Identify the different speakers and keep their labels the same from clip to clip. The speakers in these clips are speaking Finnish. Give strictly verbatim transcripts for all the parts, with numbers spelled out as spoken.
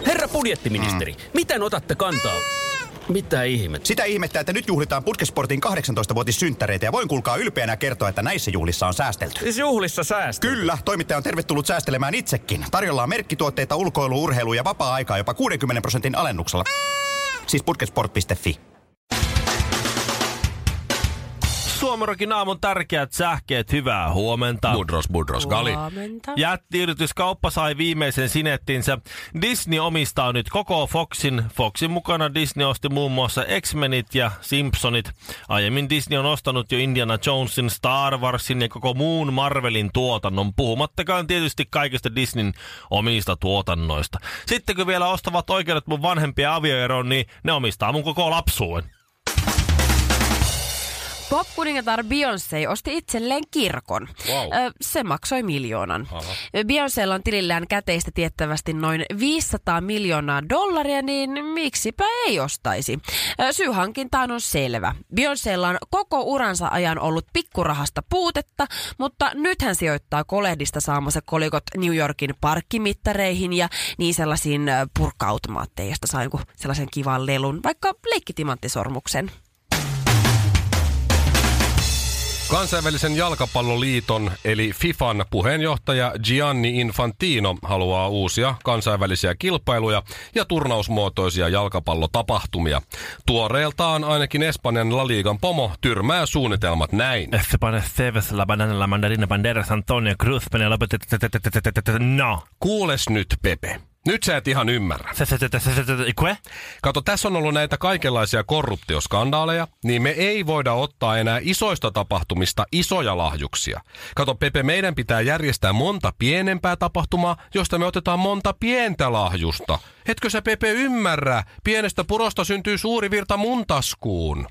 Speaker 1: Herra budjettiministeri, mm. miten otatte kantaa? Mitä ihmettä?
Speaker 2: Sitä ihmettä, että nyt juhlitaan Putkesportin kahdeksantoista-vuotissynttäreitä ja voin kuulkaa ylpeänä kertoa, että näissä juhlissa on säästelty.
Speaker 1: Siis juhlissa säästelty?
Speaker 2: Kyllä, toimittaja on tervetullut säästelemään itsekin. Tarjolla on merkkituotteita, ulkoilu, urheilu ja vapaa-aikaa jopa kuudenkymmenen prosentin alennuksella. Siis putkesport piste fi.
Speaker 3: Suomirokin aamun tärkeät sähkeet, hyvää huomenta.
Speaker 4: Budros, budros, gali.
Speaker 5: Huomenta.
Speaker 3: Jättiyritys Kauppa sai viimeisen sinettinsä. Disney omistaa nyt koko Foxin. Foxin mukana Disney osti muun muassa X-Menit ja Simpsonit. Aiemmin Disney on ostanut jo Indiana Jonesin, Star Warsin ja koko muun Marvelin tuotannon. Puhumattakaan tietysti kaikista Disneyn omista tuotannoista. Sitten kun vielä ostavat oikeudet mun vanhempia avioeroon, niin ne omistaa mun koko lapsuuden.
Speaker 5: Pop-kuningatar Beyoncé osti itselleen kirkon.
Speaker 4: Wow.
Speaker 5: Ö, se maksoi miljoonan. Beyoncélla on tilillään käteistä tiettävästi noin viisisataa miljoonaa dollaria, niin miksipä ei ostaisi. Ö, syy hankintaan on selvä. Beyoncélla on koko uransa ajan ollut pikkurahasta puutetta, mutta nyt hän sijoittaa kolehdista saamansa kolikot New Yorkin parkkimittareihin ja niin sellaisiin purkka-automaatteihin, josta saa joku sellaisen kivan lelun, vaikka leikkitimanttisormuksen.
Speaker 4: Kansainvälisen jalkapalloliiton eli FIFAn puheenjohtaja Gianni Infantino haluaa uusia kansainvälisiä kilpailuja ja turnausmuotoisia jalkapallotapahtumia. Tuoreeltaan ainakin Espanjan La Ligan pomo tyrmää suunnitelmat näin.
Speaker 3: Espanjan Ceves, la banana, la mandarina, banderas, Antonio Cruz, Penelope, no.
Speaker 4: Kuules nyt, Pepe. Nyt sä et ihan ymmärrä.
Speaker 3: Kue?
Speaker 4: Kato, tässä on ollut näitä kaikenlaisia korruptioskandaaleja, niin me ei voida ottaa enää isoista tapahtumista isoja lahjuksia. Kato, Pepe, meidän pitää järjestää monta pienempää tapahtumaa, josta me otetaan monta pientä lahjusta. Etkö sä, Pepe, ymmärrä? Pienestä purosta syntyy suuri virta mun taskuun.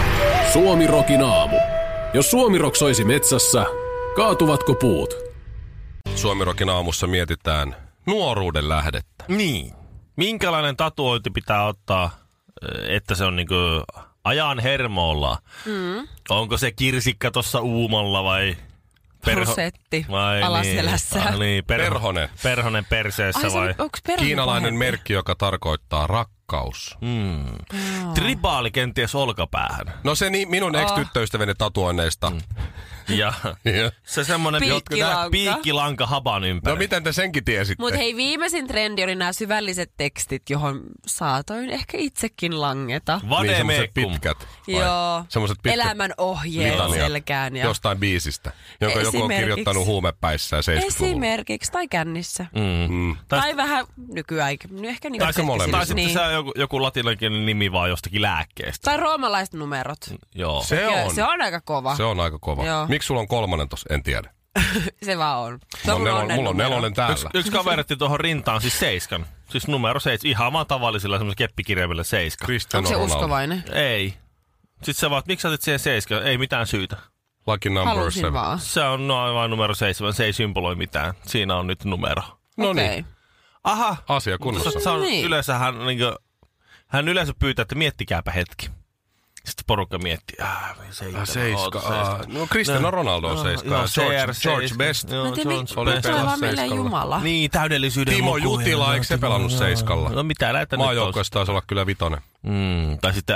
Speaker 6: Suomirokin aamu. Jos Suomirok soisi metsässä, kaatuvatko puut?
Speaker 4: Suomirokin aamussa mietitään nuoruuden lähdettä.
Speaker 3: Niin. Minkälainen tatuointi pitää ottaa, että se on niinku ajan hermolla? Mm. Onko se kirsikka tossa uumalla vai
Speaker 5: perho... Prosetti vai alaselässä.
Speaker 3: Niin, ah, niin, perho...
Speaker 4: Perhonen.
Speaker 3: Perhonen perseessä
Speaker 5: Ai,
Speaker 3: vai?
Speaker 4: Kiinalainen pahempi merkki, joka tarkoittaa rakkaus.
Speaker 3: Mm. Tribaali kenties olkapäähän.
Speaker 4: No se niin, minun oh. ex-tyttöystäväni tatuoinneista. Mm.
Speaker 3: Ja se semmoinen
Speaker 5: piikkilanka.
Speaker 3: piikkilanka haban ympäri.
Speaker 4: No miten te senkin tiesitte?
Speaker 5: Mutta hei, viimeisin trendi oli nämä syvälliset tekstit, johon saatoin ehkä itsekin langeta.
Speaker 4: Niin semmoiset pitkät.
Speaker 5: Joo, elämän ohjeet selkään. Ja
Speaker 4: jostain biisistä, jonka joku on kirjoittanut huumepäissä seitsemänkymmentäluvulla.
Speaker 5: Esimerkiksi, tai kännissä.
Speaker 3: Mm. Mm.
Speaker 5: Tai, tai vähän nykyään, ehkä niin
Speaker 4: tai molemmissa.
Speaker 3: Tai sitten niin. Se on joku, joku latinalainen nimi vaan jostakin lääkkeestä.
Speaker 5: Tai roomalaiset numerot.
Speaker 3: Joo.
Speaker 4: Se on.
Speaker 5: Se on aika kova.
Speaker 4: Se on aika kova. Joo. Miksi sulla on kolmonen tossa? En tiedä.
Speaker 5: Se vaan on.
Speaker 4: Mulla on, nelon, mulla on nelonen täällä.
Speaker 3: Yksi, yksi kaveritti tuohon rintaan siis seiskan. Siis numero seitsemän. Ihan vaan tavallisilla semmoisella keppikirjaimella seiska.
Speaker 5: Onko se uskovainen?
Speaker 3: Ei. Sitten sä vaan, miksi sä otit siihen seiskan? Ei mitään syytä.
Speaker 4: Lucky number
Speaker 5: Halusin
Speaker 4: seven.
Speaker 5: Vaan.
Speaker 3: Se on no, vain numero seitsemän. Se ei symboloi mitään. Siinä on nyt numero.
Speaker 4: No
Speaker 5: okay.
Speaker 4: niin.
Speaker 3: Aha.
Speaker 4: Asia kunnossa.
Speaker 3: Se on
Speaker 5: niin.
Speaker 3: Yleensä hän, niin kuin, hän yleensä pyytää, että miettikääpä hetki. Sitten porukka miettii, ah, seiska.
Speaker 4: Seiska. Ah, no Cristiano Ronaldo on seiska.
Speaker 3: No,
Speaker 4: George, George Best.
Speaker 5: Joo, George Best. Oli pelannut seiskalla. Jumala.
Speaker 3: Niin, täydellisyyden
Speaker 4: Timo Jutila, eikö se pelannut seiskalla?
Speaker 3: No mitä näitä nyt
Speaker 4: maajoukkueessa taisi olla kyllä vitonen.
Speaker 3: Mm, tai sitten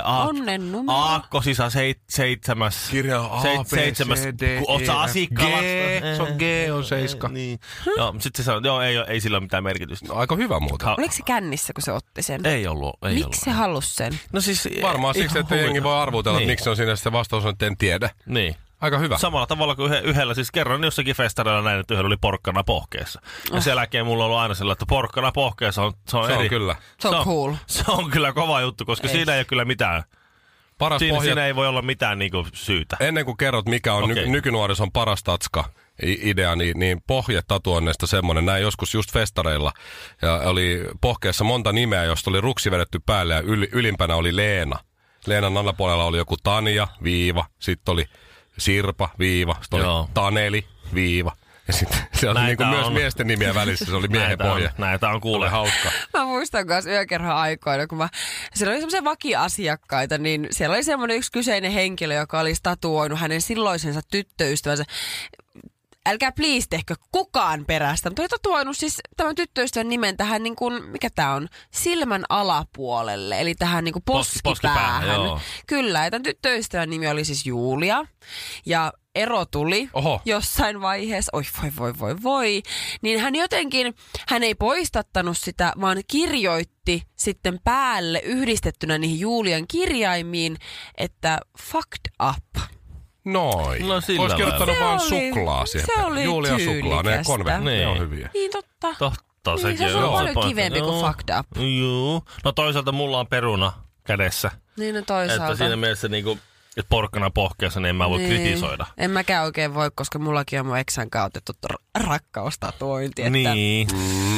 Speaker 3: aakkosisa seit, seitsemäs.
Speaker 4: Kirja A, B,
Speaker 3: seitsemäs,
Speaker 4: C, D,
Speaker 3: osa asikkalasta.
Speaker 4: G, se on G, on seiska.
Speaker 3: Niin. Joo, sitten se sanoo, joo, ei, ei sillä ole mitään merkitystä.
Speaker 4: No, aika hyvä muuta.
Speaker 5: Oliko se kännissä, kun se otti sen?
Speaker 3: Ei ollut. Ei
Speaker 5: miksi
Speaker 3: ollut.
Speaker 5: se halusi sen?
Speaker 3: No siis,
Speaker 4: varmaan siksi, että jengi voi arvutella, niin. Miksi se on siinä se vastaus on, että en tiedä.
Speaker 3: Niin.
Speaker 4: Aika hyvä.
Speaker 3: Samalla tavalla kuin yhdellä, siis kerran jossakin festareilla näin, että yhdellä oli porkkana pohkeessa. Ja oh. sen jälkeen mulla on ollut aina sellainen, että porkkana pohkeessa on, se on
Speaker 4: se
Speaker 3: eri.
Speaker 4: On kyllä.
Speaker 5: Se on, se on cool.
Speaker 3: Se on kyllä kova juttu, koska ei. Siinä ei ole kyllä mitään.
Speaker 4: Paras
Speaker 3: siinä,
Speaker 4: pohja...
Speaker 3: siinä ei voi olla mitään niinku syytä.
Speaker 4: Ennen kuin kerrot, mikä on okay. ny- nykynuorison paras tatska idea, niin, niin pohjetatuonneista semmoinen, näin joskus just festareilla. Ja oli pohkeessa monta nimeä, josta oli ruksi vedetty päälle ja yl- ylimpänä oli Leena. Leenan alapuolella oli joku Tanja, viiva, sitten oli Sirpa, viiva, sitten oli Joo. Taneli, viiva. Ja sitten se oli niinku myös miesten nimiä välissä, se oli miehen pohja.
Speaker 3: Näitä on kuule
Speaker 4: hauska.
Speaker 5: Mä muistan kanssa yökerhon aikoina, kun mä, siellä oli semmoisia vakiasiakkaita, niin siellä oli semmoinen yksi kyseinen henkilö, joka oli tatuoinut hänen silloisensa tyttöystävänsä älkää please tehkö kukaan perästä. Mutta oli tatuoinut siis tämän tyttöystävän nimen tähän niin kuin, mikä tää on, silmän alapuolelle. Eli tähän niin kuin poskipäähän.
Speaker 3: Poskipäähän,
Speaker 5: Kyllä, ja tämän tyttöystävän nimi oli siis Julia. Ja ero tuli
Speaker 4: Oho.
Speaker 5: jossain vaiheessa, oi voi voi voi voi, niin hän jotenkin, hän ei poistattanut sitä, vaan kirjoitti sitten päälle yhdistettynä niihin Julian kirjaimiin, että fucked up.
Speaker 4: Noin.
Speaker 3: No sillä
Speaker 4: Olisi kirjoittanut
Speaker 5: Se
Speaker 4: vaan
Speaker 5: oli-
Speaker 4: suklaa siihen.
Speaker 5: se oli
Speaker 4: Julia suklaa, ne
Speaker 5: tyylikästä.
Speaker 4: konve, ne
Speaker 3: Niin.
Speaker 4: on hyviä.
Speaker 5: Niin totta.
Speaker 3: Totta,
Speaker 5: Niin,
Speaker 3: sekin
Speaker 5: se on
Speaker 3: joo,
Speaker 5: paljon
Speaker 3: pointti.
Speaker 5: kivempi kuin
Speaker 3: Joo.
Speaker 5: fucked up.
Speaker 3: Joo. No toisaalta mulla on peruna kädessä.
Speaker 5: Niin no
Speaker 3: Että
Speaker 5: toisaalta.
Speaker 3: siinä mielessä niinku, että porkkana pohkeessa, niin en mä voi
Speaker 5: Niin.
Speaker 3: kritisoida.
Speaker 5: En mäkään oikein voi, koska mullakin on mun eksän kautta otettu r- rakkaustatuointi. Että
Speaker 3: Niin.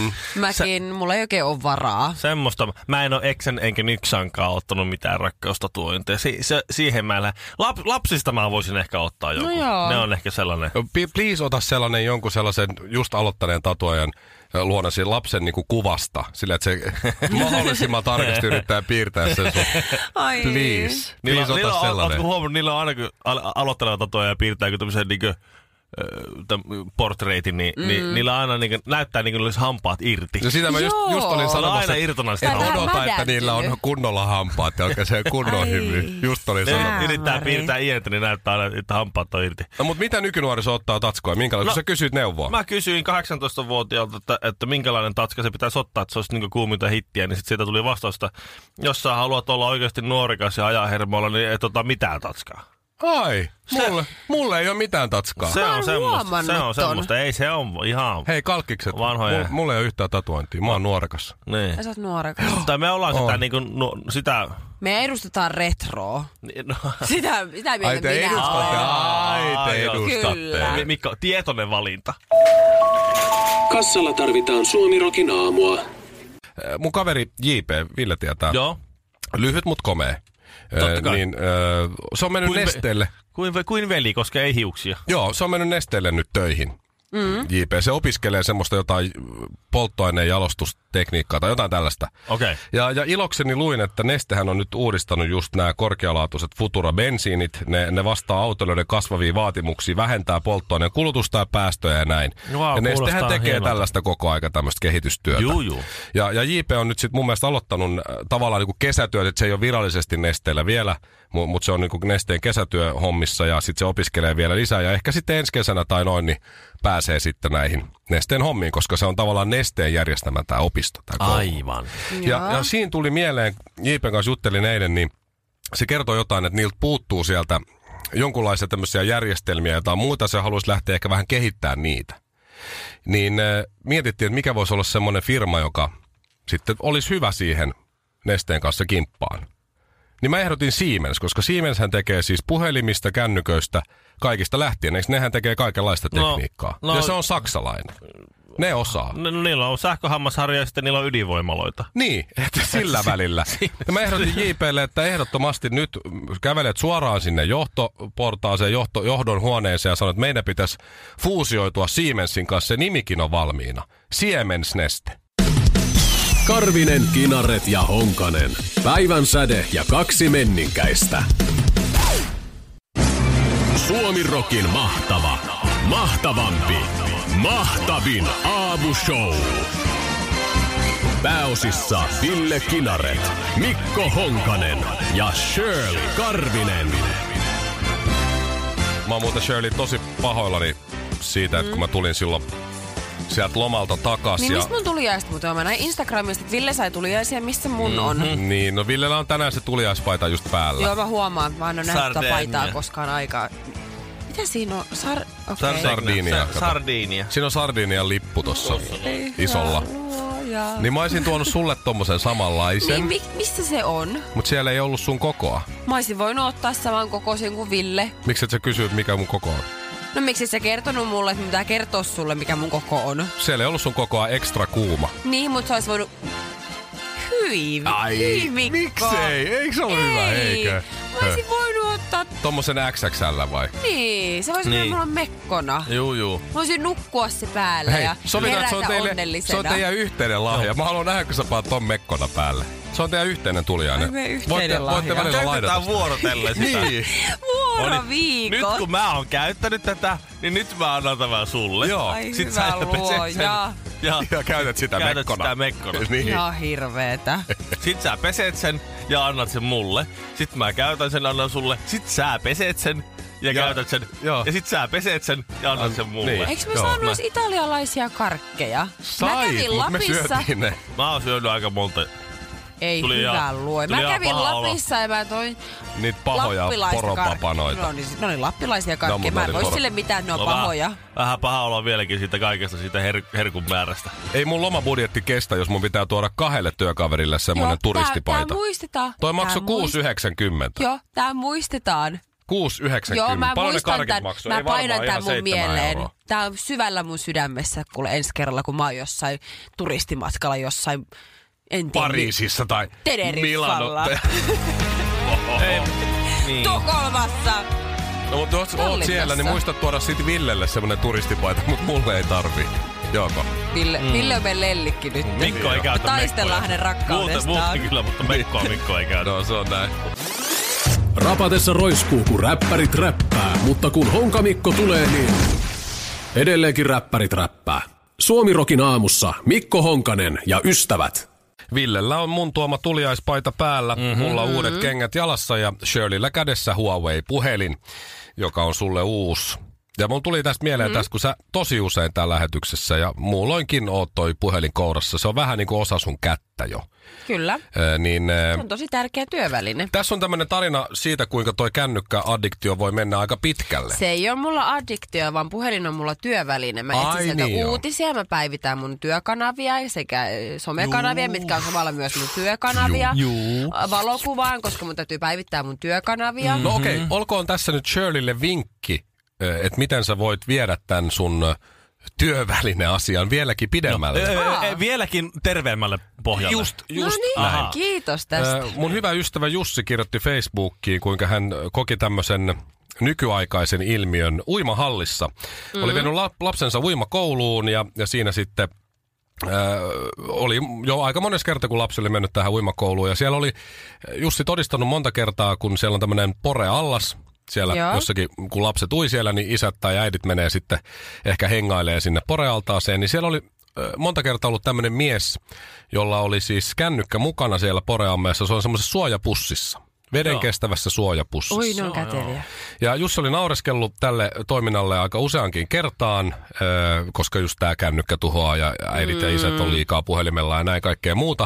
Speaker 5: mäkin, mulla ei oikein ole varaa.
Speaker 3: Semmoista. Mä en ole eksän enkä nyksankaan ottanut mitään rakkaustatuointeja. Si- se, siihen mä en lähde. Lap- lapsista mä voisin ehkä ottaa joku.
Speaker 5: No joo.
Speaker 3: Ne on ehkä sellainen.
Speaker 4: Please ota sellainen jonkun sellaisen just aloittaneen tatuojan luona siinä lapsen niinku kuvasta. Sillä, että se mahdollisimman tarkasti yrittää piirtää sen sun.
Speaker 5: Ai.
Speaker 4: Please.
Speaker 3: Niillä,
Speaker 4: Please
Speaker 3: niillä
Speaker 4: ota
Speaker 3: on,
Speaker 4: sellainen.
Speaker 3: ootko huomannut, niillä on aina kun al- aloitteleva tatuoja ja piirtää kun tämmöisen niinku, täm, portreitin, niin, mm. niin niillä aina niinku, näyttää niin kuin olisi hampaat irti.
Speaker 4: Ja sitä mä just,
Speaker 5: Joo.
Speaker 4: just olin
Speaker 3: Se on
Speaker 4: sanomassa,
Speaker 3: aina irtona sitä
Speaker 4: että
Speaker 5: vähän
Speaker 4: odota, että
Speaker 5: mädäntynyt.
Speaker 4: niillä on kunnolla hampaat ja oikein se kunnon
Speaker 5: Ai.
Speaker 4: hymny. Just olin
Speaker 3: Ne
Speaker 4: sanomassa.
Speaker 3: yrittää
Speaker 5: Äämäri.
Speaker 3: piirtää ientä, niin näyttää aina, että hampaat on irti.
Speaker 4: No mutta mitä nykynuoriso ottaa tatskoa? Minkälainen?
Speaker 3: No,
Speaker 4: kun sä kysyit neuvoa.
Speaker 3: Mä kysyin kahdeksantoistavuotiaalta, että, että minkälainen tatska se pitäisi ottaa, että se olisi niinku kuuminta hittiä, niin sitten siitä tuli vastausta, jos sä haluat olla oikeasti nuorikas ja ajaa hermoilla, niin et ota mitään tatskaa.
Speaker 4: Ai, mulle, mulle ei ole mitään tatskaa.
Speaker 3: Se
Speaker 5: Mä
Speaker 3: on
Speaker 5: oon
Speaker 3: semmoista.
Speaker 5: huomannut
Speaker 3: Se on
Speaker 5: ton.
Speaker 3: semmoista. Ei se on ihan...
Speaker 4: Hei kalkkikset,
Speaker 3: Vanhoja.
Speaker 4: mul- mulla ei ole yhtään tatuointia. Mä oon nuorekas.
Speaker 3: Niin.
Speaker 5: Ja sä oot nuorekas.
Speaker 3: Tai me ollaan sitä
Speaker 4: On.
Speaker 3: niinku, no, sitä...
Speaker 5: Me edustetaan retroa.
Speaker 3: No,
Speaker 5: Sitä, sitä mieltä
Speaker 4: Ai te
Speaker 5: minä
Speaker 4: edustatte,
Speaker 5: olen.
Speaker 4: ai te
Speaker 3: Joo.
Speaker 4: edustatte.
Speaker 5: Kyllä.
Speaker 3: Mi- Mikko, tietoinen valinta.
Speaker 6: Kassalla tarvitaan Suomirokin aamua.
Speaker 4: Äh, Mun kaveri J P, Ville tietää.
Speaker 3: Joo.
Speaker 4: Lyhyt mut komea.
Speaker 3: Totta
Speaker 4: Äh,
Speaker 3: kai.
Speaker 4: Niin, äh, se on mennyt
Speaker 3: Kuin ve-
Speaker 4: Nesteelle.
Speaker 3: Kuin, kuin veli, koska ei hiuksia.
Speaker 4: Joo, se on mennyt Nesteelle nyt töihin. Mm. J P, se opiskelee semmoista jotain polttoaineen jalostustekniikkaa tai jotain tällaista.
Speaker 3: Okei. Okay.
Speaker 4: Ja, ja ilokseni luin, että Nestehän on nyt uudistanut just nämä korkealaatuiset Futura-bensiinit. Ne, ne vastaa autoilijoiden kasvaviin vaatimuksiin, vähentää polttoaineen kulutusta ja päästöjä ja näin.
Speaker 3: Wow,
Speaker 4: ja Nestehän
Speaker 3: kuulostaa
Speaker 4: tekee
Speaker 3: hienolta.
Speaker 4: tällaista koko aika tämmöistä kehitystyötä.
Speaker 3: Juu, juu.
Speaker 4: Ja, ja J P on nyt sitten mun mielestä aloittanut äh, tavallaan niinku kesätyöt, että se ei ole virallisesti Nesteellä vielä, mutta mut se on niinku Nesteen kesätyöhommissa ja sitten se opiskelee vielä lisää. Ja ehkä sitten ensi kesänä tai noin, niin pääsee sitten näihin Nesteen hommiin, koska se on tavallaan Nesteen järjestämä tämä opisto. Tää koulu.
Speaker 3: Aivan.
Speaker 4: Ja, ja siinä tuli mieleen, J P:n kanssa juttelin eilen, niin se kertoi jotain, että niiltä puuttuu sieltä jonkunlaisia tämmöisiä järjestelmiä, jotain muuta se haluaisi lähteä ehkä vähän kehittämään niitä. Niin äh, mietittiin, että mikä voisi olla semmoinen firma, joka sitten olisi hyvä siihen Nesteen kanssa kimppaan. Niin mä ehdotin Siemens, koska Siemenshän tekee siis puhelimista, kännyköistä, kaikista lähtien. Eikö nehän tekee kaikenlaista
Speaker 3: No,
Speaker 4: tekniikkaa?
Speaker 3: no-
Speaker 4: ja se on saksalainen. Ne osaa.
Speaker 3: No, niillä on sähköhammasharja ja sitten niillä on ydinvoimaloita.
Speaker 4: Niin, että sillä välillä. Ja mä ehdotin J P:lle, että ehdottomasti nyt kävelet suoraan sinne johtoportaaseen, johto, johdon huoneeseen ja sanot, että meidän pitäisi fuusioitua Siemensin kanssa. Se nimikin on valmiina. Siemens Neste.
Speaker 6: Karvinen, Kinaret ja Honkanen. Päivän säde ja kaksi menninkäistä. Suomirokin mahtava, mahtavampi, mahtavin aamushow. Pääosissa Ville Kinaret, Mikko Honkanen ja Shirley Karvinen.
Speaker 4: Mä oon muuten Shirley tosi pahoillani siitä, että kun mä tulin silloin sieltä lomalta takas.
Speaker 5: Niin
Speaker 4: ja...
Speaker 5: mistä mun tuliaista muuten on? Mä näin Instagramista, että Ville sai tuliaisia, missä mun on.
Speaker 4: Niin, no Villellä on tänään se tuliaispaita just päällä.
Speaker 5: Joo, mä huomaan, että mä en ole nähnyt tuota
Speaker 3: Sardenia.
Speaker 5: paitaa koskaan aikaa. Mitä siinä on? Sar... Okei.
Speaker 4: Sar- Sardinia,
Speaker 3: Sa-
Speaker 4: kato.
Speaker 3: Sardinia.
Speaker 4: Siinä on Sardinian lippu tossa isolla.
Speaker 5: Luoja.
Speaker 4: Niin mä olisin tuonut sulle tommosen samanlaisen,
Speaker 5: Niin, mi- missä se on?
Speaker 4: mut siellä ei ollut sun kokoa.
Speaker 5: Mä olisin voinut ottaa saman kokoisen kuin Ville.
Speaker 4: Miksi et sä kysy, mikä mun koko on?
Speaker 5: No miksi sä kertonut mulle, että mitä kertoa sulle, mikä mun koko on?
Speaker 4: Siellä ei ollut sun kokoa ekstra kuuma.
Speaker 5: Niin, mutta sä ois voinut... Hyi, hyi Mikko.
Speaker 4: miksei? Eikö se ole hyvä, eikö?
Speaker 5: Mä olisin voinut ottaa...
Speaker 4: Tommosen X X L vai?
Speaker 5: Niin, se voisi
Speaker 3: Niin.
Speaker 5: niin. olla mekkona.
Speaker 3: Juu, juu.
Speaker 5: Mä voisin nukkua se päällä
Speaker 4: Hei,
Speaker 5: ja
Speaker 4: sovitaan, että
Speaker 5: herätä
Speaker 4: se on, teille,
Speaker 5: onnellisena.
Speaker 4: se on teidän yhteinen lahja. Mä haluan nähdä, kun sä paat ton mekkona päälle. Se on teidän yhteinen tuliainen.
Speaker 5: Me yhteinen lahja.
Speaker 4: Voitte välillä laidata
Speaker 3: Käytetään vuorotellen sitä.
Speaker 4: Niin.
Speaker 5: Vuoroviikot.
Speaker 3: Nyt kun mä oon käyttänyt tätä, niin nyt mä annan tämän sulle.
Speaker 4: Joo.
Speaker 5: Ai
Speaker 3: Sit
Speaker 5: hyvä
Speaker 3: sä peset sen.
Speaker 5: luoja.
Speaker 3: Ja,
Speaker 4: Ja käytät sitä
Speaker 3: käytät
Speaker 4: mekkona.
Speaker 3: sitä mekkona.
Speaker 4: Niin.
Speaker 5: Ihan hirveetä.
Speaker 3: Sit sä peset sen ja annat sen mulle. Sit mä käytän sen, annan sulle. Sit sä peset sen ja,
Speaker 4: Ja-
Speaker 3: käytät sen.
Speaker 4: joo.
Speaker 3: Ja sit sä peset sen ja annat
Speaker 4: An-
Speaker 3: sen mulle.
Speaker 4: niin.
Speaker 5: Eikö me
Speaker 4: Joo,
Speaker 5: saanut
Speaker 3: mä-
Speaker 5: edes italialaisia karkkeja? mä
Speaker 4: Sai,
Speaker 5: kävin
Speaker 4: mutta me
Speaker 5: Lapissa.
Speaker 4: syötiin ne.
Speaker 3: Mä oon syönyt aika monta.
Speaker 5: Ei
Speaker 3: Tuli
Speaker 5: hyvä
Speaker 3: ihan-
Speaker 5: luo.
Speaker 3: tuli
Speaker 5: Mä
Speaker 3: ihan
Speaker 5: kävin
Speaker 3: paha olo.
Speaker 5: Lapissa ja mä toin
Speaker 4: Niitä pahoja
Speaker 5: lappilaista
Speaker 4: poropapanoita.
Speaker 5: karkkeja. No niin, no niin, lappilaisia karkkeja.
Speaker 4: mutta
Speaker 5: Mä
Speaker 4: ne
Speaker 5: en
Speaker 4: oli
Speaker 5: voi
Speaker 4: poro-
Speaker 5: sille mitään, ne on
Speaker 3: No
Speaker 5: pahoja.
Speaker 3: Vähän, vähän paha olla vieläkin siitä kaikesta, siitä her, herkun määrästä.
Speaker 4: Ei mun lomabudjetti kestä, jos mun pitää tuoda kahdelle työkaverille semmonen turistipaita.
Speaker 5: Tää, tää muistetaan.
Speaker 4: Toi maksoi
Speaker 5: Tää
Speaker 4: kuusi
Speaker 5: muist-
Speaker 4: yhdeksänkymmentä.
Speaker 5: Joo, tää muistetaan.
Speaker 4: kuusi yhdeksänkymmentä.
Speaker 5: Joo, mä
Speaker 4: Paljon ne
Speaker 5: muistan
Speaker 4: karkit
Speaker 5: tän.
Speaker 4: maksoi?
Speaker 5: Mä
Speaker 4: Ei varmaan
Speaker 5: painan
Speaker 4: ihan
Speaker 5: tän mun
Speaker 4: seitsemän
Speaker 5: mieleen.
Speaker 4: euroa.
Speaker 5: Tää on syvällä mun sydämessä, kuule ensi kerralla, kun mä oon jossain turistimatkalla jossain, en tiedä.
Speaker 4: Pariisissa tai
Speaker 5: Teneriffalla.
Speaker 4: Milano.
Speaker 3: Ei, niin.
Speaker 5: Tukholmassa.
Speaker 4: No, mutta jos oot
Speaker 5: Tallinnassa.
Speaker 4: siellä, niin muista tuoda sit Villelle semmonen turistipaita, mutta mulle ei tarvii. Joko?
Speaker 5: Ville, mm. Ville on meidän lellikki nyt.
Speaker 3: Mikko ei käytä
Speaker 5: Taistellaan hänen rakkaudestaan.
Speaker 3: Muuten, muuten kyllä, mutta Mikkoa Mikko ei käytä.
Speaker 4: No se on näin.
Speaker 6: Rapatessa roiskuu, kun räppärit räppää, mutta kun Honkamikko tulee, niin edelleenkin räppärit räppää. Suomirokin aamussa Mikko Honkanen ja ystävät.
Speaker 4: Villellä on mun tuoma tuliaispaita päällä, mm-hmm. mulla on uudet kengät jalassa ja Shirleyllä kädessä Huawei-puhelin, joka on sulle uusi. Ja mun tuli tästä mieleen mm. tästä, kun sä tosi usein täällä lähetyksessä ja muulloinkin oot toi puhelin kourassa. Se on vähän niin kuin osa sun kättä jo.
Speaker 5: Kyllä.
Speaker 4: Ee, niin, ee,
Speaker 5: Se on tosi tärkeä työväline.
Speaker 4: tässä on tämmönen tarina siitä, kuinka toi kännykkäaddiktio voi mennä aika pitkälle.
Speaker 5: Se ei ole mulla addiktio, vaan puhelin on mulla työväline. Mä
Speaker 4: Ai
Speaker 5: etsin sieltä
Speaker 4: niin joo.
Speaker 5: uutisia, mä päivitän mun työkanavia sekä somekanavia, Juu. mitkä on samalla myös mun työkanavia.
Speaker 3: Juu.
Speaker 5: Valokuvaan, koska mun täytyy päivittää mun työkanavia.
Speaker 4: No okei, okay, olkoon tässä nyt Shirleylle vinkki, että miten sä voit viedä tämän sun työvälineasian vieläkin pidemmälle.
Speaker 3: No, ö, ö, vieläkin terveemmälle pohjalle.
Speaker 4: Just, just
Speaker 5: no niin,
Speaker 4: näin.
Speaker 5: kiitos tästä.
Speaker 4: Äh, mun hyvä ystävä Jussi kirjoitti Facebookiin, kuinka hän koki tämmöisen nykyaikaisen ilmiön uimahallissa. Mm-hmm. Oli vienyt lap- lapsensa uimakouluun ja, ja siinä sitten äh, oli jo aika monessa kertaa, kun lapsi oli mennyt tähän uimakouluun. Ja siellä oli Jussi todistanut monta kertaa, kun siellä on tämmöinen pore-allas. Siellä Joo. jossakin, kun lapset ui siellä, niin isät tai äidit menee sitten ehkä hengailee sinne porealtaaseen. Niin siellä oli monta kertaa ollut tämmöinen mies, jolla oli siis kännykkä mukana siellä poreammeessa. Se on semmoisessa suojapussissa. Vedenkestävässä suojapussissa.
Speaker 5: Oi, ne on käteviä.
Speaker 4: Ja Jussi oli naureskellut tälle toiminnalle aika useankin kertaan, koska just tämä kännykkä tuhoaa ja äidit ja isät on liikaa puhelimella ja näin kaikkea muuta.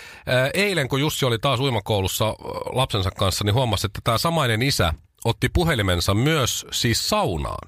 Speaker 4: Eilen, kun Jussi oli taas uimakoulussa lapsensa kanssa, niin huomasi, että tämä samainen isä otti puhelimensa myös siis saunaan.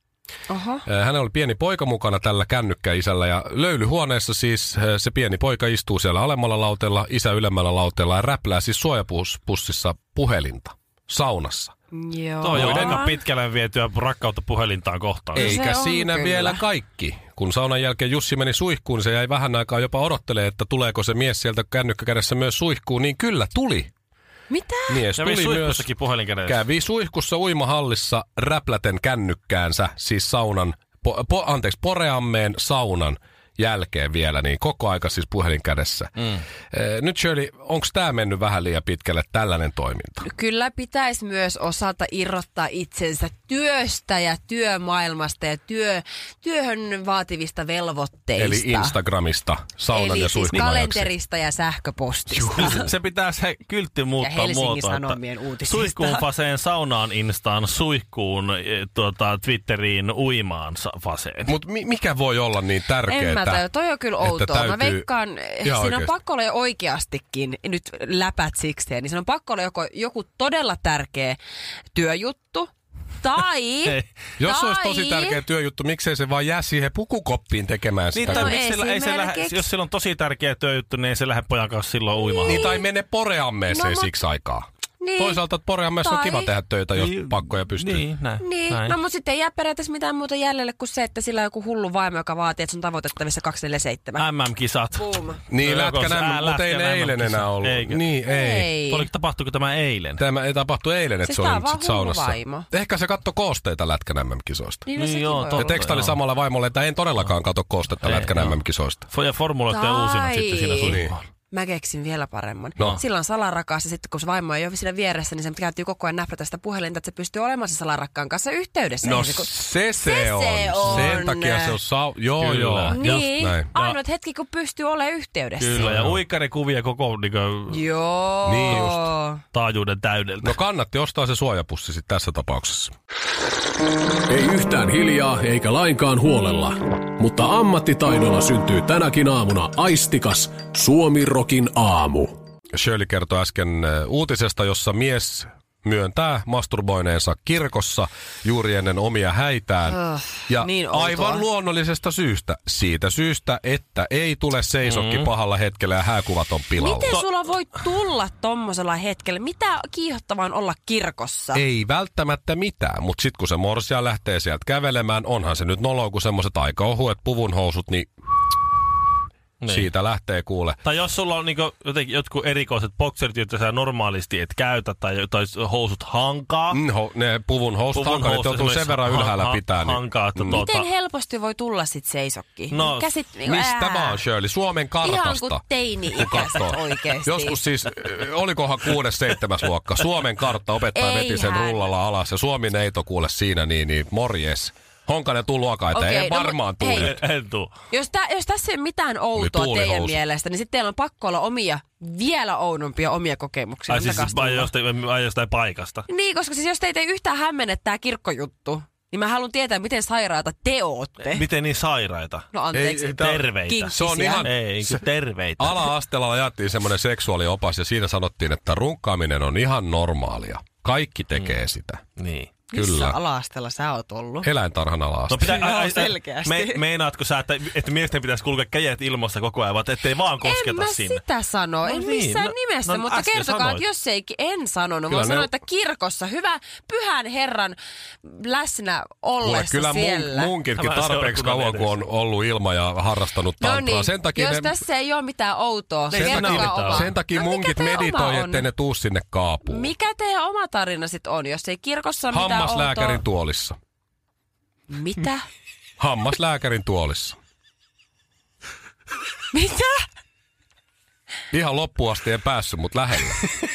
Speaker 5: Oho.
Speaker 4: Hänellä oli pieni poika mukana tällä kännykkäisällä ja löylyhuoneessa siis se pieni poika istuu siellä alemmalla lauteella, isä ylemmällä lauteella ja räplää siis suojapussissa puhelinta saunassa.
Speaker 5: Joo.
Speaker 3: Toi on aika pitkälle vietyä rakkautta puhelintaan kohtaan.
Speaker 4: Eikä
Speaker 5: se on
Speaker 4: siinä
Speaker 5: kyllä.
Speaker 4: vielä kaikki. Kun saunan jälkeen Jussi meni suihkuun, se jäi vähän aikaa jopa odottelemaan, että tuleeko se mies sieltä kännykkäkädessä myös suihkuun, niin kyllä tuli.
Speaker 5: Mitä?
Speaker 4: Mies
Speaker 3: Kävi
Speaker 4: tuli myös,
Speaker 3: suihkussakin puhelinkädessä.
Speaker 4: kävi suihkussa uimahallissa räpläten kännykkäänsä, siis saunan, po, po, anteeksi, poreammeen saunan jälkeen vielä, niin koko aika siis puhelin kädessä. Mm. Eh, nyt Shirley, onko tämä mennyt vähän liian pitkälle tällainen toiminta?
Speaker 5: Kyllä pitäisi myös osata irrottaa itsensä työstä ja työmaailmasta ja työ, työhön vaativista velvoitteista.
Speaker 4: Eli Instagramista, saunan
Speaker 5: Eli
Speaker 4: ja
Speaker 5: siis
Speaker 4: suihkun ajaksi.
Speaker 5: kalenterista ja sähköpostista.
Speaker 3: Se, se pitää se kyltti muuttaa
Speaker 5: Ja Helsingin
Speaker 3: muotoa,
Speaker 5: Sanomien
Speaker 3: että
Speaker 5: uutisista.
Speaker 3: suihkuun faseen saunaan instaan, suihkuun e, tuota, Twitteriin uimaan sa- faseen.
Speaker 4: Mutta mi- mikä voi olla niin tärkeää?
Speaker 5: En mä tajua, toi on kyllä outoa.
Speaker 4: täytyy-
Speaker 5: Mä veikkaan, siinä
Speaker 4: oikeasti.
Speaker 5: on pakko olla oikeastikin, nyt läpät sikseen, niin siinä on pakko olla joko, joku todella tärkeä työjuttu, tai...
Speaker 4: Jos
Speaker 5: tai,
Speaker 4: se olisi tosi tärkeä työjuttu, miksei se vaan jää siihen pukukoppiin tekemään sitä?
Speaker 3: Niin, tai
Speaker 5: No
Speaker 3: miksi sillä, ei se lähde,
Speaker 5: esimerkiksi.
Speaker 3: jos sillä on tosi tärkeä työjuttu, niin ei se lähde pojan kanssa silloin uimaan.
Speaker 4: Niin, tai mene poreammeeseen
Speaker 5: No,
Speaker 4: siksi aikaa.
Speaker 5: Niin.
Speaker 4: Toisaalta poreammeessa on
Speaker 5: Tai-
Speaker 4: kiva tehdä töitä, jos
Speaker 3: Niin,
Speaker 4: pakkoja pystyy.
Speaker 3: Niin, näin.
Speaker 5: Niin,
Speaker 3: näin.
Speaker 5: no mutta sitten ei jää periaatteessa mitään muuta jäljelle kuin se, että sillä on joku hullu vaimo, joka vaatii, että se on tavoitettavissa kaksikymmentäseitsemän.
Speaker 3: M M-kisat.
Speaker 5: Boom.
Speaker 4: Niin,
Speaker 3: No,
Speaker 4: lätkän
Speaker 3: joko-
Speaker 4: M M,
Speaker 3: ää,
Speaker 4: mutta ei
Speaker 3: lätkän
Speaker 4: ne eilen
Speaker 3: M M-kisa.
Speaker 4: enää ollut.
Speaker 3: Eikö?
Speaker 4: Niin, ei.
Speaker 5: Ei.
Speaker 3: Oli, tapahtuiko tämä eilen?
Speaker 4: Tämä ei tapahtu eilen, että
Speaker 5: Siis
Speaker 4: se
Speaker 5: tää
Speaker 4: oli
Speaker 5: on
Speaker 4: nyt
Speaker 5: vaan
Speaker 4: sit
Speaker 5: hullu
Speaker 4: saunassa.
Speaker 5: vaimo.
Speaker 4: Ehkä se katsoi koosteita lätkän M M-kisoista.
Speaker 5: Niin, no
Speaker 3: Niin
Speaker 5: sekin
Speaker 3: joo,
Speaker 5: voi
Speaker 3: totta.
Speaker 5: olla.
Speaker 4: Ja tekstaili
Speaker 3: joo.
Speaker 4: samalla vaimolle, että en todellakaan katso koostetta
Speaker 3: Ei,
Speaker 4: lätkän
Speaker 3: joo.
Speaker 4: M M-kisoista.
Speaker 3: Ja formuloiden
Speaker 5: Tai-
Speaker 3: uusinut sitten siinä suihkuun.
Speaker 5: Mä keksin vielä paremman.
Speaker 4: No.
Speaker 5: Sillä on salarakas ja sitten kun se vaimo ei ole siinä vieressä, niin se täytyy koko ajan näprätä sitä puhelinta, että se pystyy olemaan se salarakkaan kanssa yhteydessä.
Speaker 4: No
Speaker 5: se, kun...
Speaker 4: se, se,
Speaker 5: se
Speaker 4: on.
Speaker 5: se on.
Speaker 4: Sen takia se on sau... Joo,
Speaker 3: Kyllä.
Speaker 4: joo.
Speaker 5: Niin,
Speaker 4: näin.
Speaker 5: ainoat hetki kun pystyy olemaan yhteydessä.
Speaker 3: Kyllä, ja uikkarikuvia koko niin kuin,
Speaker 5: Joo.
Speaker 4: Niin just.
Speaker 3: taajuuden täydeltä.
Speaker 4: No kannatti ostaa se suojapussi sit tässä tapauksessa.
Speaker 6: Ei yhtään hiljaa eikä lainkaan huolella, mutta ammattitaidolla syntyy tänäkin aamuna aistikas Suomi-rokin aamu.
Speaker 4: Shirley kertoi äsken uutisesta, jossa mies myöntää masturboineensa kirkossa juuri ennen omia häitään.
Speaker 5: Uh,
Speaker 4: ja
Speaker 5: niin outoa.
Speaker 4: aivan luonnollisesta syystä. Siitä syystä, että ei tule seisokki mm. pahalla hetkellä ja hääkuvat on pilalla.
Speaker 5: Miten sulla voi tulla tommosella hetkellä? Mitä kiihottavaa on olla kirkossa?
Speaker 4: Ei välttämättä mitään, mutta sitten kun se morsia lähtee sieltä kävelemään, onhan se nyt noloa, kun semmoiset aika ohuet puvunhousut, niin... Niin. Siitä lähtee kuule.
Speaker 3: Tai jos sulla on niinku jotenkin jotkut erikoiset bokserit, joita sä normaalisti et käytä, tai, tai housut hankaa.
Speaker 4: Mm, ho, ne puvun housut
Speaker 3: Puvun
Speaker 4: hankaa, ne joutuu sen verran ylhäällä
Speaker 3: ha-
Speaker 4: pitää. Niin.
Speaker 3: Hankaa, että
Speaker 4: Mm.
Speaker 3: tuota...
Speaker 5: Miten helposti voi tulla sit seisokkiin?
Speaker 3: No,
Speaker 5: Käsit, niin
Speaker 4: Mistä
Speaker 5: ää.
Speaker 4: vaan, Shirley? Suomen kartasta.
Speaker 5: Ihan kuin teini-ikäiset oikeesti.
Speaker 4: Joskus siis, olikohan kuudes, seitsemäs luokka, Suomen kartta, opettaja
Speaker 5: Eihän.
Speaker 4: veti sen rullalla alas ja Suomi neito kuule siinä, niin, niin morjes. Honkanen tuu luokaa, että
Speaker 5: Okei,
Speaker 4: ei
Speaker 5: no
Speaker 4: varmaan
Speaker 5: mut
Speaker 4: tuu
Speaker 5: hei.
Speaker 4: nyt.
Speaker 3: En, en tuu.
Speaker 5: Jos, tä, jos tässä ei ole mitään outoa
Speaker 4: Oli
Speaker 5: teidän
Speaker 4: tuulihousu.
Speaker 5: mielestä, niin sitten teillä on pakko olla omia, vielä oudompia omia kokemuksia.
Speaker 3: Ai siis
Speaker 5: Antakaa
Speaker 3: vai
Speaker 5: tulla.
Speaker 3: jostain, vai jostain paikasta.
Speaker 5: Niin, koska siis jos teitä ei yhtään hämmennä tää kirkkojuttu, niin mä haluan tietää, miten sairaata te ootte.
Speaker 3: Miten niin sairaita?
Speaker 5: No anteeksi.
Speaker 4: Ei, ei, tää-
Speaker 3: Terveitä.
Speaker 5: Kinkkisiä.
Speaker 4: Se on ihan-
Speaker 3: Ei, se, terveitä.
Speaker 4: Ala-asteella jaettiin semmoinen seksuaaliopas ja siinä sanottiin, että runkkaaminen on ihan normaalia. Kaikki tekee mm. sitä.
Speaker 3: Niin.
Speaker 5: Missä
Speaker 4: Kyllä.
Speaker 5: ala-asteella sä oot ollut?
Speaker 4: Eläintarhan ala-aste.
Speaker 3: No pitää,
Speaker 5: Joo,
Speaker 3: ai,
Speaker 5: selkeästi.
Speaker 3: Me, meinaatko sä, että, että miesten pitäisi kulkea kädet ilmassa koko ajan, vaan ettei vaan kosketa
Speaker 5: en mä
Speaker 3: sinne?
Speaker 5: sitä sano,
Speaker 3: No
Speaker 5: en
Speaker 3: niin,
Speaker 5: missään
Speaker 3: no-
Speaker 5: nimessä,
Speaker 3: no
Speaker 5: mutta
Speaker 3: äsken
Speaker 5: kertokaa,
Speaker 3: sanoit.
Speaker 5: että jos ei, en sanonut.
Speaker 4: Kyllä
Speaker 5: Mä
Speaker 4: ne-
Speaker 5: sanoin, että kirkossa, hyvä pyhän Herran läsnä
Speaker 4: Kuule,
Speaker 5: ollessa
Speaker 4: kyllä
Speaker 5: siellä.
Speaker 4: mun, munkitkin
Speaker 3: Tämä
Speaker 4: tarpeeksi
Speaker 3: seurakunnan
Speaker 4: kauan, kun on
Speaker 3: edessä.
Speaker 4: ollut ilma ja harrastanut
Speaker 5: No
Speaker 4: tantraa.
Speaker 5: niin,
Speaker 4: Sen takia,
Speaker 5: jos
Speaker 4: ne,
Speaker 5: tässä ei ole mitään outoa,
Speaker 3: Ei siinä ole
Speaker 5: kertokaa
Speaker 3: mitään.
Speaker 5: oma.
Speaker 4: sen takia
Speaker 5: No, mikä
Speaker 4: munkit
Speaker 5: teidän
Speaker 4: meditoi,
Speaker 5: oma on?
Speaker 4: ettei ne tuu sinne kaapuun.
Speaker 5: Mikä teidän oma tarina sit on, jos ei kirkossa ole mitään
Speaker 4: Hammaslääkärin
Speaker 5: outoa?
Speaker 4: tuolissa.
Speaker 5: Mitä?
Speaker 4: Hammaslääkärin tuolissa.
Speaker 5: Mitä?
Speaker 3: Niin,
Speaker 4: Ihan loppuun asti en päässyt, mutta lähellä.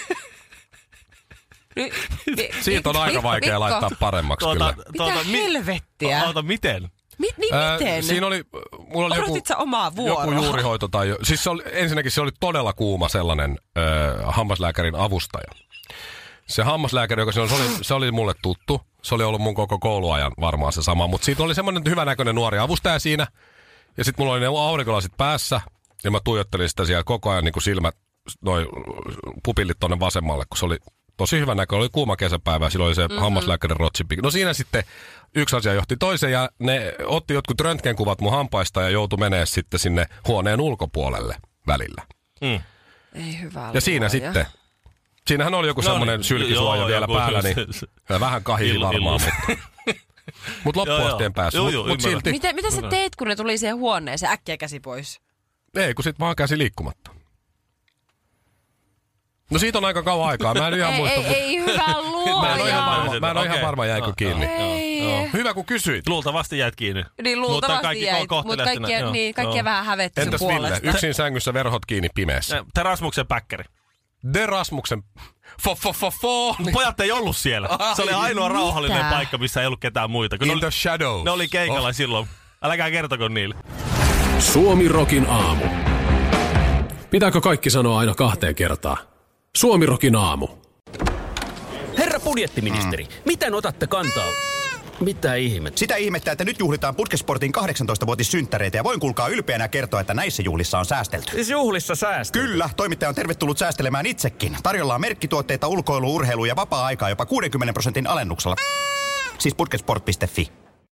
Speaker 5: Ny, mi,
Speaker 4: Siitä on
Speaker 5: Mikko,
Speaker 4: aika vaikea
Speaker 5: Mikko,
Speaker 4: laittaa paremmaksi kyllä.
Speaker 5: Mitä helvettiä?
Speaker 3: Oota, miten?
Speaker 5: Mi, niin
Speaker 4: Ää,
Speaker 5: miten?
Speaker 4: siinä oli, mulla oli joku,
Speaker 5: Odotit sä omaa vuoroa?
Speaker 4: joku juurihoito tai jo, siis se oli, ensinnäkin se oli todella kuuma sellainen ö, hammaslääkärin avustaja. Se hammaslääkäri, joka siinä oli, se oli, se oli mulle tuttu. Se oli ollut mun koko kouluajan varmaan se sama, mutta siitä oli semmoinen hyvänäköinen nuori avustaja siinä. Ja sitten mulla oli ne aurinkolasit päässä ja mä tuijottelin sitä siellä koko ajan niin kuin silmät, noi pupillit tonne vasemmalle, kun se oli tosi hyvä näkö. Oli kuuma kesäpäivä ja silloin oli se mm-hmm. hammaslääkärin rotsipikki. No siinä sitten yksi asia johti toiseen ja ne otti jotkut röntgenkuvat mun hampaista ja joutui menee sitten sinne huoneen ulkopuolelle välillä.
Speaker 3: Mm.
Speaker 5: Ei hyvä
Speaker 4: Ja siinä
Speaker 5: luoja.
Speaker 4: sitten, siinähän oli joku
Speaker 3: No
Speaker 4: semmoinen
Speaker 3: niin,
Speaker 4: sylkisuoja
Speaker 3: joo,
Speaker 4: vielä
Speaker 3: joku-
Speaker 4: päällä, niin ja vähän kahisi
Speaker 3: Illu-
Speaker 4: varmaan,
Speaker 3: illu.
Speaker 4: mutta, mutta loppuun
Speaker 3: Joo,
Speaker 4: asti en
Speaker 3: joo.
Speaker 4: päässyt.
Speaker 3: Joo,
Speaker 4: Mutta
Speaker 3: joo,
Speaker 4: mut
Speaker 3: ymmärrän.
Speaker 4: silti,
Speaker 5: Mitä, mitä sä teit, kun ne tuli siihen huoneeseen? Äkkiä käsi pois.
Speaker 4: ei kun sit vaan käsi liikkumatta. No siitä on aika kauan aikaa, mä en ihan
Speaker 5: ei,
Speaker 4: muista.
Speaker 5: ei,
Speaker 4: mut-
Speaker 5: ei hyvä
Speaker 4: Mä en ole
Speaker 5: luoja.
Speaker 4: ihan varma, mä en ole ihan
Speaker 3: Okei.
Speaker 4: varma jäikö
Speaker 3: Joo,
Speaker 4: kiinni.
Speaker 5: Ei.
Speaker 4: Hyvä kun kysyit.
Speaker 3: Luultavasti jäit kiinni.
Speaker 5: Niin
Speaker 3: Mutta
Speaker 5: luultavasti
Speaker 3: kaikki
Speaker 5: jäit, mutta
Speaker 3: kohteliaasti
Speaker 5: kaikkia,
Speaker 3: näin,
Speaker 5: niin,
Speaker 3: joo,
Speaker 5: kaikkia
Speaker 3: joo.
Speaker 5: vähän hävetti sun
Speaker 4: Entäs Ville,
Speaker 5: puolesta.
Speaker 4: yksin sängyssä verhot kiinni pimeässä.
Speaker 3: Te Rasmuksen päkkäri.
Speaker 4: De Rasmuksen, fo fo fo fo,
Speaker 3: Pojat ei ollut siellä. Se oli ainoa
Speaker 5: Mitä?
Speaker 3: rauhallinen paikka, missä ei ollut ketään muita. Kun ne
Speaker 4: in the
Speaker 3: oli,
Speaker 4: shadows.
Speaker 3: ne oli keikalla
Speaker 4: Oh.
Speaker 3: silloin. Äläkää kertoko niille.
Speaker 6: Suomi-rokin aamu. Pitääkö kaikki sanoa aina kahteen kertaan? Suomi-rokin aamu.
Speaker 1: Herra budjettiministeri, mm. miten otatte kantaa? Mitä ihmettä?
Speaker 2: Sitä ihmettä, että nyt juhlitaan Putkesportin kahdeksantoista-vuotissynttäreitä ja voin kuulkaa ylpeänä kertoa, että näissä juhlissa on säästelty.
Speaker 1: Siis juhlissa säästö.
Speaker 2: Kyllä, toimittaja on tervetullut säästelemään itsekin. Tarjolla on merkkituotteita, ulkoilu, urheilu ja vapaa-aikaa jopa kuudenkymmenen prosentin alennuksella. Siis putkesport piste fi.